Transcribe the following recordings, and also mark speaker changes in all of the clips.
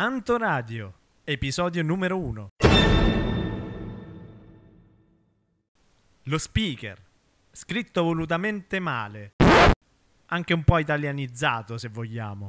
Speaker 1: Antoradio, episodio numero 1. Lo speaker, scritto volutamente male, anche un po' italianizzato se vogliamo.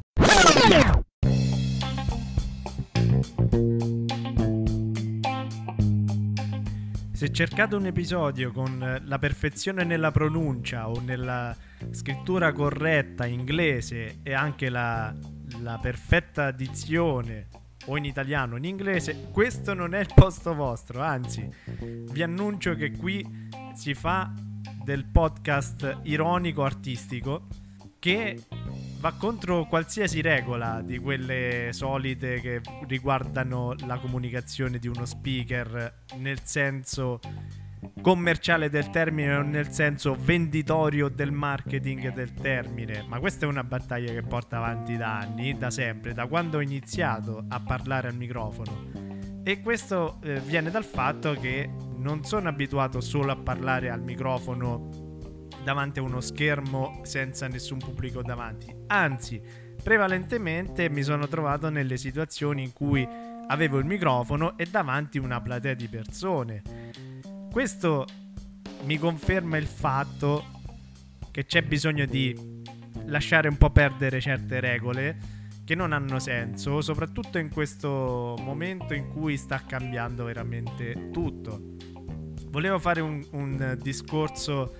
Speaker 1: Se cercate un episodio con la perfezione nella pronuncia o nella scrittura corretta inglese e anche la perfetta dizione o in italiano o in inglese, questo non è il posto vostro, anzi vi annuncio che qui si fa del podcast ironico artistico che va contro qualsiasi regola di quelle solite che riguardano la comunicazione di uno speaker nel senso commerciale del termine o nel senso venditorio del marketing del termine. Ma questa è una battaglia che porto avanti da anni, da sempre, da quando ho iniziato a parlare al microfono. E questo viene dal fatto che non sono abituato solo a parlare al microfono davanti a uno schermo senza nessun pubblico davanti, anzi prevalentemente mi sono trovato nelle situazioni in cui avevo il microfono e davanti una platea di persone. Questo mi conferma il fatto che c'è bisogno di lasciare un po' perdere certe regole che non hanno senso, soprattutto in questo momento in cui sta cambiando veramente tutto. Volevo fare un discorso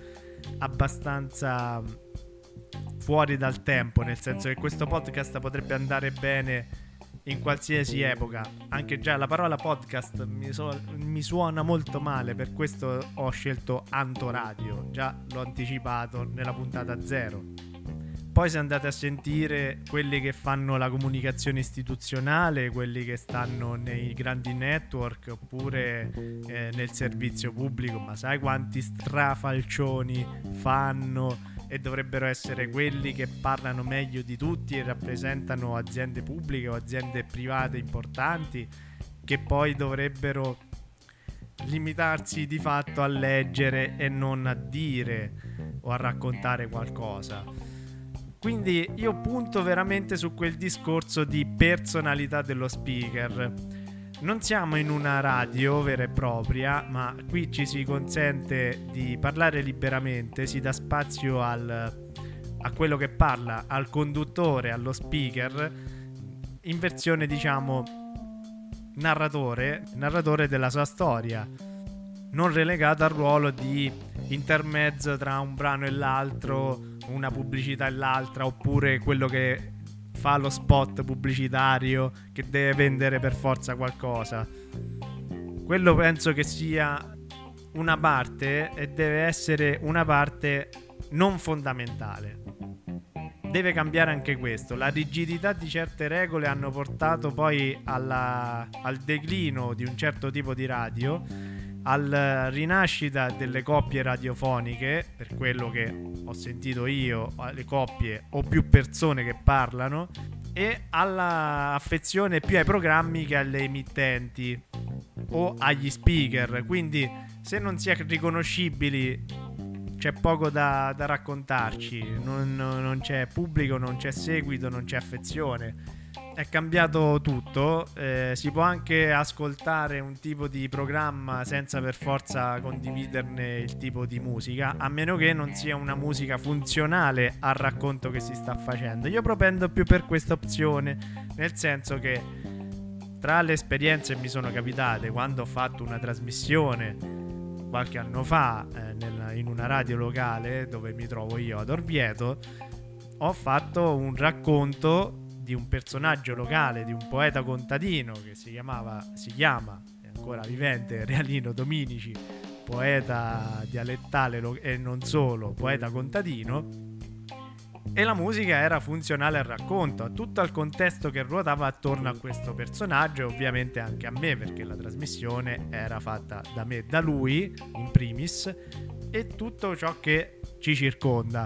Speaker 1: abbastanza fuori dal tempo, nel senso che questo podcast potrebbe andare bene in qualsiasi epoca. Anche già la parola podcast mi suona molto male, per questo ho scelto Antoradio, già l'ho anticipato nella puntata 0. Poi se andate a sentire quelli che fanno la comunicazione istituzionale, quelli che stanno nei grandi network oppure nel servizio pubblico, ma sai quanti strafalcioni fanno e dovrebbero essere quelli che parlano meglio di tutti e rappresentano aziende pubbliche o aziende private importanti, che poi dovrebbero limitarsi di fatto a leggere e non a dire o a raccontare qualcosa. Quindi io punto veramente su quel discorso di personalità dello speaker. Non siamo in una radio vera e propria, ma qui ci si consente di parlare liberamente, si dà spazio a quello che parla, al conduttore, allo speaker, in versione diciamo narratore della sua storia, non relegato al ruolo di intermezzo tra un brano e l'altro, una pubblicità e l'altra, oppure quello che fa lo spot pubblicitario che deve vendere per forza qualcosa. Quello penso che sia una parte, e deve essere una parte non fondamentale. Deve cambiare anche questo. La rigidità di certe regole hanno portato poi al declino di un certo tipo di radio, alla rinascita delle coppie radiofoniche, per quello che ho sentito io, le coppie o più persone che parlano, e alla affezione più ai programmi che alle emittenti o agli speaker. Quindi se non si è riconoscibili c'è poco da raccontarci, non c'è pubblico, non c'è seguito, non c'è affezione. È cambiato tutto, si può anche ascoltare un tipo di programma senza per forza condividerne il tipo di musica, a meno che non sia una musica funzionale al racconto che si sta facendo. Io propendo più per questa opzione, nel senso che tra le esperienze che mi sono capitate quando ho fatto una trasmissione qualche anno fa in una radio locale dove mi trovo io ad Orvieto, ho fatto un racconto di un personaggio locale, di un poeta contadino che si chiama, è ancora vivente, Realino Dominici, poeta dialettale e non solo, poeta contadino, e la musica era funzionale al racconto, a tutto il contesto che ruotava attorno a questo personaggio, e ovviamente anche a me, perché la trasmissione era fatta da me, da lui in primis, e tutto ciò che ci circonda.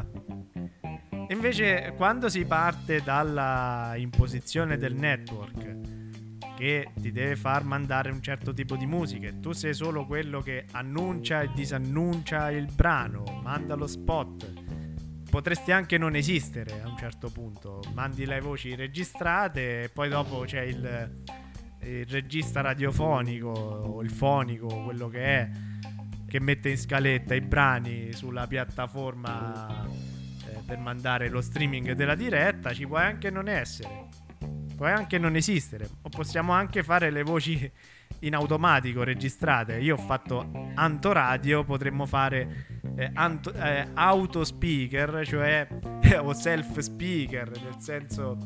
Speaker 1: Invece quando si parte dalla imposizione del network che ti deve far mandare un certo tipo di musica e tu sei solo quello che annuncia e disannuncia il brano, manda lo spot, potresti anche non esistere a un certo punto. Mandi le voci registrate e poi dopo c'è il regista radiofonico o il fonico, quello che è, che mette in scaletta i brani sulla piattaforma per mandare lo streaming della diretta. Ci puoi anche non essere, puoi anche non esistere, o possiamo anche fare le voci in automatico registrate. Io ho fatto Antoradio, potremmo fare auto speaker, cioè o self speaker, nel senso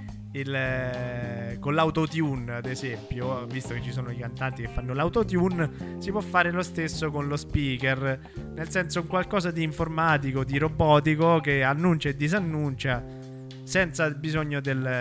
Speaker 1: con l'autotune, ad esempio, visto che ci sono i cantanti che fanno l'autotune, si può fare lo stesso con lo speaker, nel senso un qualcosa di informatico, di robotico, che annuncia e disannuncia senza bisogno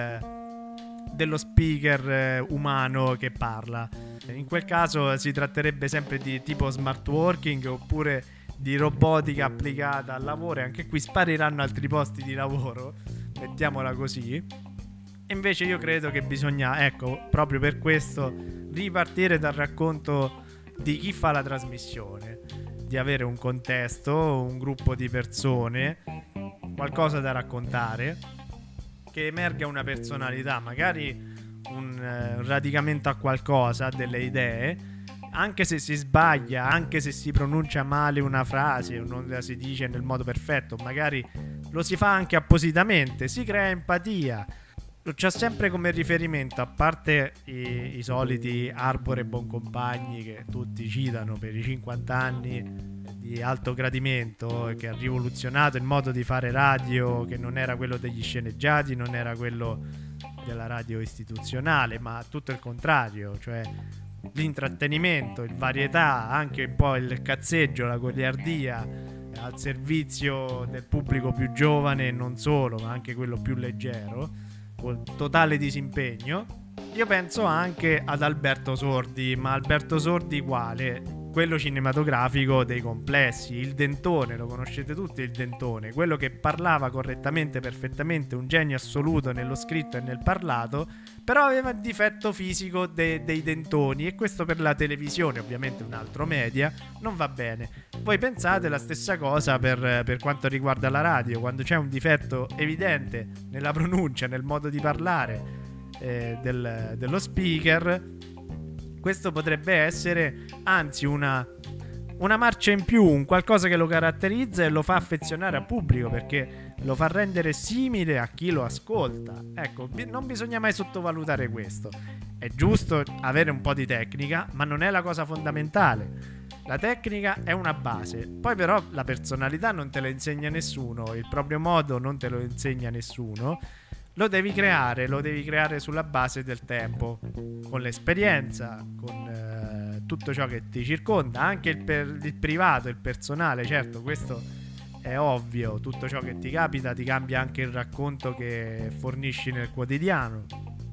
Speaker 1: dello speaker umano che parla. In quel caso si tratterebbe sempre di tipo smart working oppure di robotica applicata al lavoro, e anche qui spariranno altri posti di lavoro, mettiamola così. E invece io credo che bisogna, ecco, proprio per questo, ripartire dal racconto di chi fa la trasmissione, di avere un contesto, un gruppo di persone, qualcosa da raccontare, che emerga una personalità, magari un radicamento a qualcosa, delle idee, anche se si sbaglia, anche se si pronuncia male una frase o non la si dice nel modo perfetto, magari lo si fa anche appositamente, si crea empatia. Lo c'ha sempre come riferimento, a parte i soliti Arbore e Boncompagni che tutti citano per i 50 anni di Alto Gradimento, che ha rivoluzionato il modo di fare radio, che non era quello degli sceneggiati, non era quello della radio istituzionale, ma tutto il contrario, cioè l'intrattenimento, il varietà, anche un po' il cazzeggio, la goliardia al servizio del pubblico più giovane e non solo, ma anche quello più leggero, con totale disimpegno. Io penso anche ad Alberto Sordi, ma Alberto Sordi quale? Quello cinematografico dei complessi, il dentone, lo conoscete tutti, il dentone, quello che parlava correttamente, perfettamente, un genio assoluto nello scritto e nel parlato, però aveva il difetto fisico dei dentoni, e questo per la televisione, ovviamente un altro media, non va bene. Voi pensate la stessa cosa per quanto riguarda la radio, quando c'è un difetto evidente nella pronuncia, nel modo di parlare dello speaker, questo potrebbe essere anzi una marcia in più, un qualcosa che lo caratterizza e lo fa affezionare al pubblico, perché lo fa rendere simile a chi lo ascolta. Ecco, non bisogna mai sottovalutare questo. È giusto avere un po' di tecnica, ma non è la cosa fondamentale. La tecnica è una base, poi però la personalità non te la insegna nessuno, il proprio modo non te lo insegna nessuno. Lo devi creare sulla base del tempo, con l'esperienza, con tutto ciò che ti circonda, anche il privato, il personale. Certo, questo è ovvio, tutto ciò che ti capita ti cambia anche il racconto che fornisci nel quotidiano.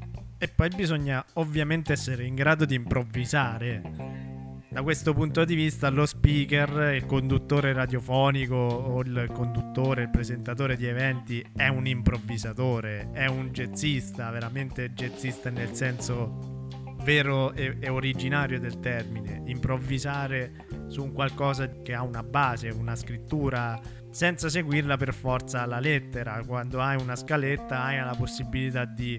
Speaker 1: E poi bisogna ovviamente essere in grado di improvvisare. Da questo punto di vista lo speaker, il conduttore radiofonico o il conduttore, il presentatore di eventi è un improvvisatore, è un jazzista, veramente jazzista nel senso vero e originario del termine. Improvvisare su un qualcosa che ha una base, una scrittura, senza seguirla per forza alla lettera. Quando hai una scaletta hai la possibilità di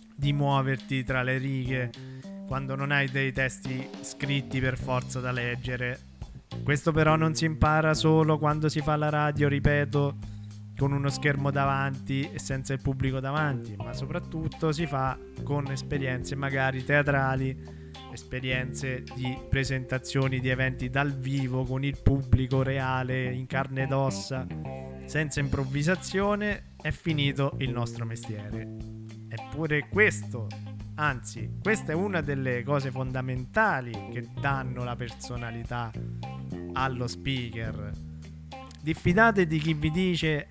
Speaker 1: muoverti tra le righe, quando non hai dei testi scritti per forza da leggere. Questo però non si impara solo quando si fa la radio, ripeto, con uno schermo davanti e senza il pubblico davanti, ma soprattutto si fa con esperienze magari teatrali, esperienze di presentazioni di eventi dal vivo con il pubblico reale in carne ed ossa. Senza improvvisazione è finito il nostro mestiere. Eppure questo, anzi, questa è una delle cose fondamentali che danno la personalità allo speaker. Diffidate di chi vi dice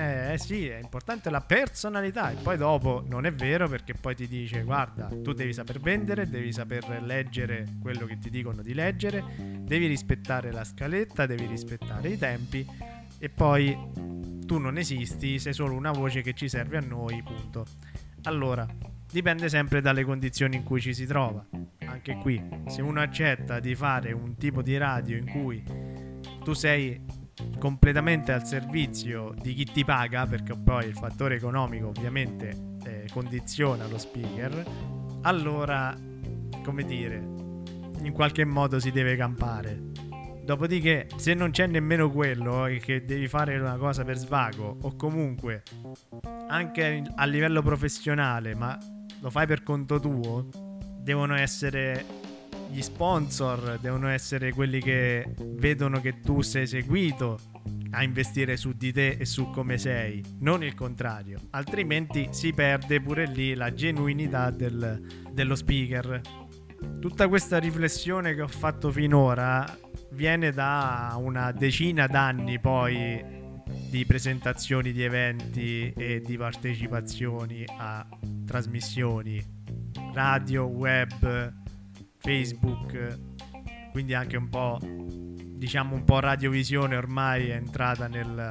Speaker 1: sì, è importante la personalità, e poi dopo non è vero, perché poi ti dice guarda, tu devi saper vendere, devi saper leggere quello che ti dicono di leggere, devi rispettare la scaletta, devi rispettare i tempi, e poi tu non esisti, sei solo una voce che ci serve a noi, punto. Allora, dipende sempre dalle condizioni in cui ci si trova. Anche qui, se uno accetta di fare un tipo di radio in cui tu sei completamente al servizio di chi ti paga, perché poi il fattore economico ovviamente condiziona lo speaker, allora, come dire, in qualche modo si deve campare. Dopodiché, se non c'è nemmeno quello e che devi fare una cosa per svago, o comunque anche a livello professionale, ma lo fai per conto tuo, devono essere gli sponsor, devono essere quelli che vedono che tu sei seguito a investire su di te e su come sei, non il contrario, altrimenti si perde pure lì la genuinità dello speaker. Tutta questa riflessione che ho fatto finora viene da una decina d'anni poi di presentazioni di eventi e di partecipazioni a trasmissioni radio, web, Facebook, quindi anche un po', diciamo, un po' radiovisione ormai è entrata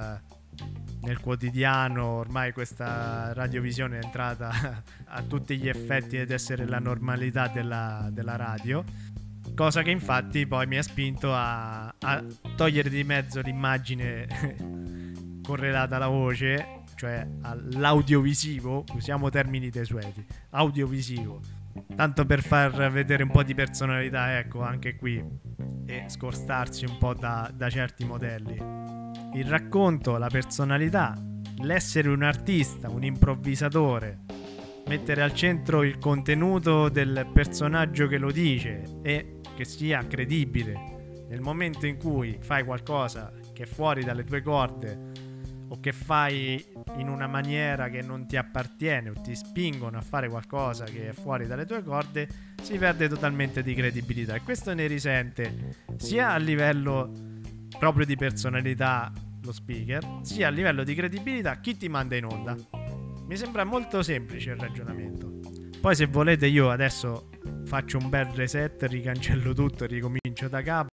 Speaker 1: nel quotidiano. Ormai questa radiovisione è entrata a tutti gli effetti ed essere la normalità della radio, cosa che infatti poi mi ha spinto a togliere di mezzo l'immagine correlata alla voce, cioè all'audiovisivo. Usiamo termini desueti, audiovisivo, tanto per far vedere un po' di personalità, ecco, anche qui, e scostarsi un po' da certi modelli. Il racconto, la personalità, l'essere un artista, un improvvisatore, mettere al centro il contenuto del personaggio che lo dice e che sia credibile. Nel momento in cui fai qualcosa che è fuori dalle tue corde, o che fai in una maniera che non ti appartiene, o ti spingono a fare qualcosa che è fuori dalle tue corde, si perde totalmente di credibilità, e questo ne risente sia a livello proprio di personalità lo speaker, sia a livello di credibilità chi ti manda in onda. Mi sembra molto semplice il ragionamento. Poi, se volete, io adesso faccio un bel reset, ricancello tutto e ricomincio da capo.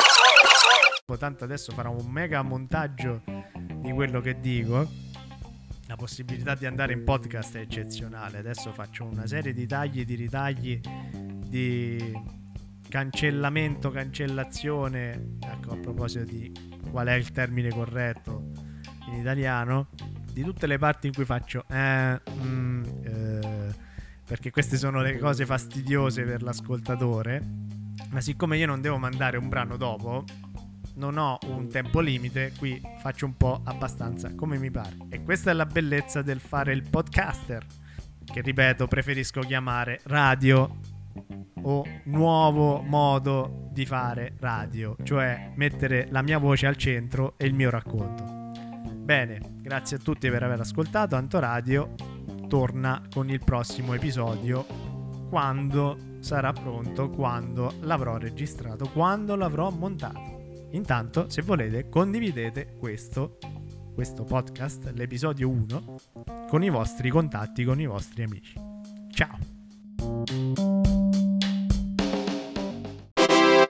Speaker 1: Tanto adesso farò un mega montaggio di quello che dico. La possibilità di andare in podcast è eccezionale. Adesso faccio una serie di tagli, di ritagli, di cancellamento, cancellazione. Ecco, a proposito di qual è il termine corretto in italiano, di tutte le parti in cui faccio perché queste sono le cose fastidiose per l'ascoltatore. Ma siccome io non devo mandare un brano dopo, non ho un tempo limite, qui faccio un po' abbastanza come mi pare. E questa è la bellezza del fare il podcaster, che, ripeto, preferisco chiamare radio, o nuovo modo di fare radio, cioè mettere la mia voce al centro e il mio racconto. Bene, grazie a tutti per aver ascoltato. Antoradio torna con il prossimo episodio quando sarà pronto, quando l'avrò registrato, quando l'avrò montato. Intanto, se volete, condividete questo podcast, l'episodio 1, con i vostri contatti, con i vostri amici. Ciao!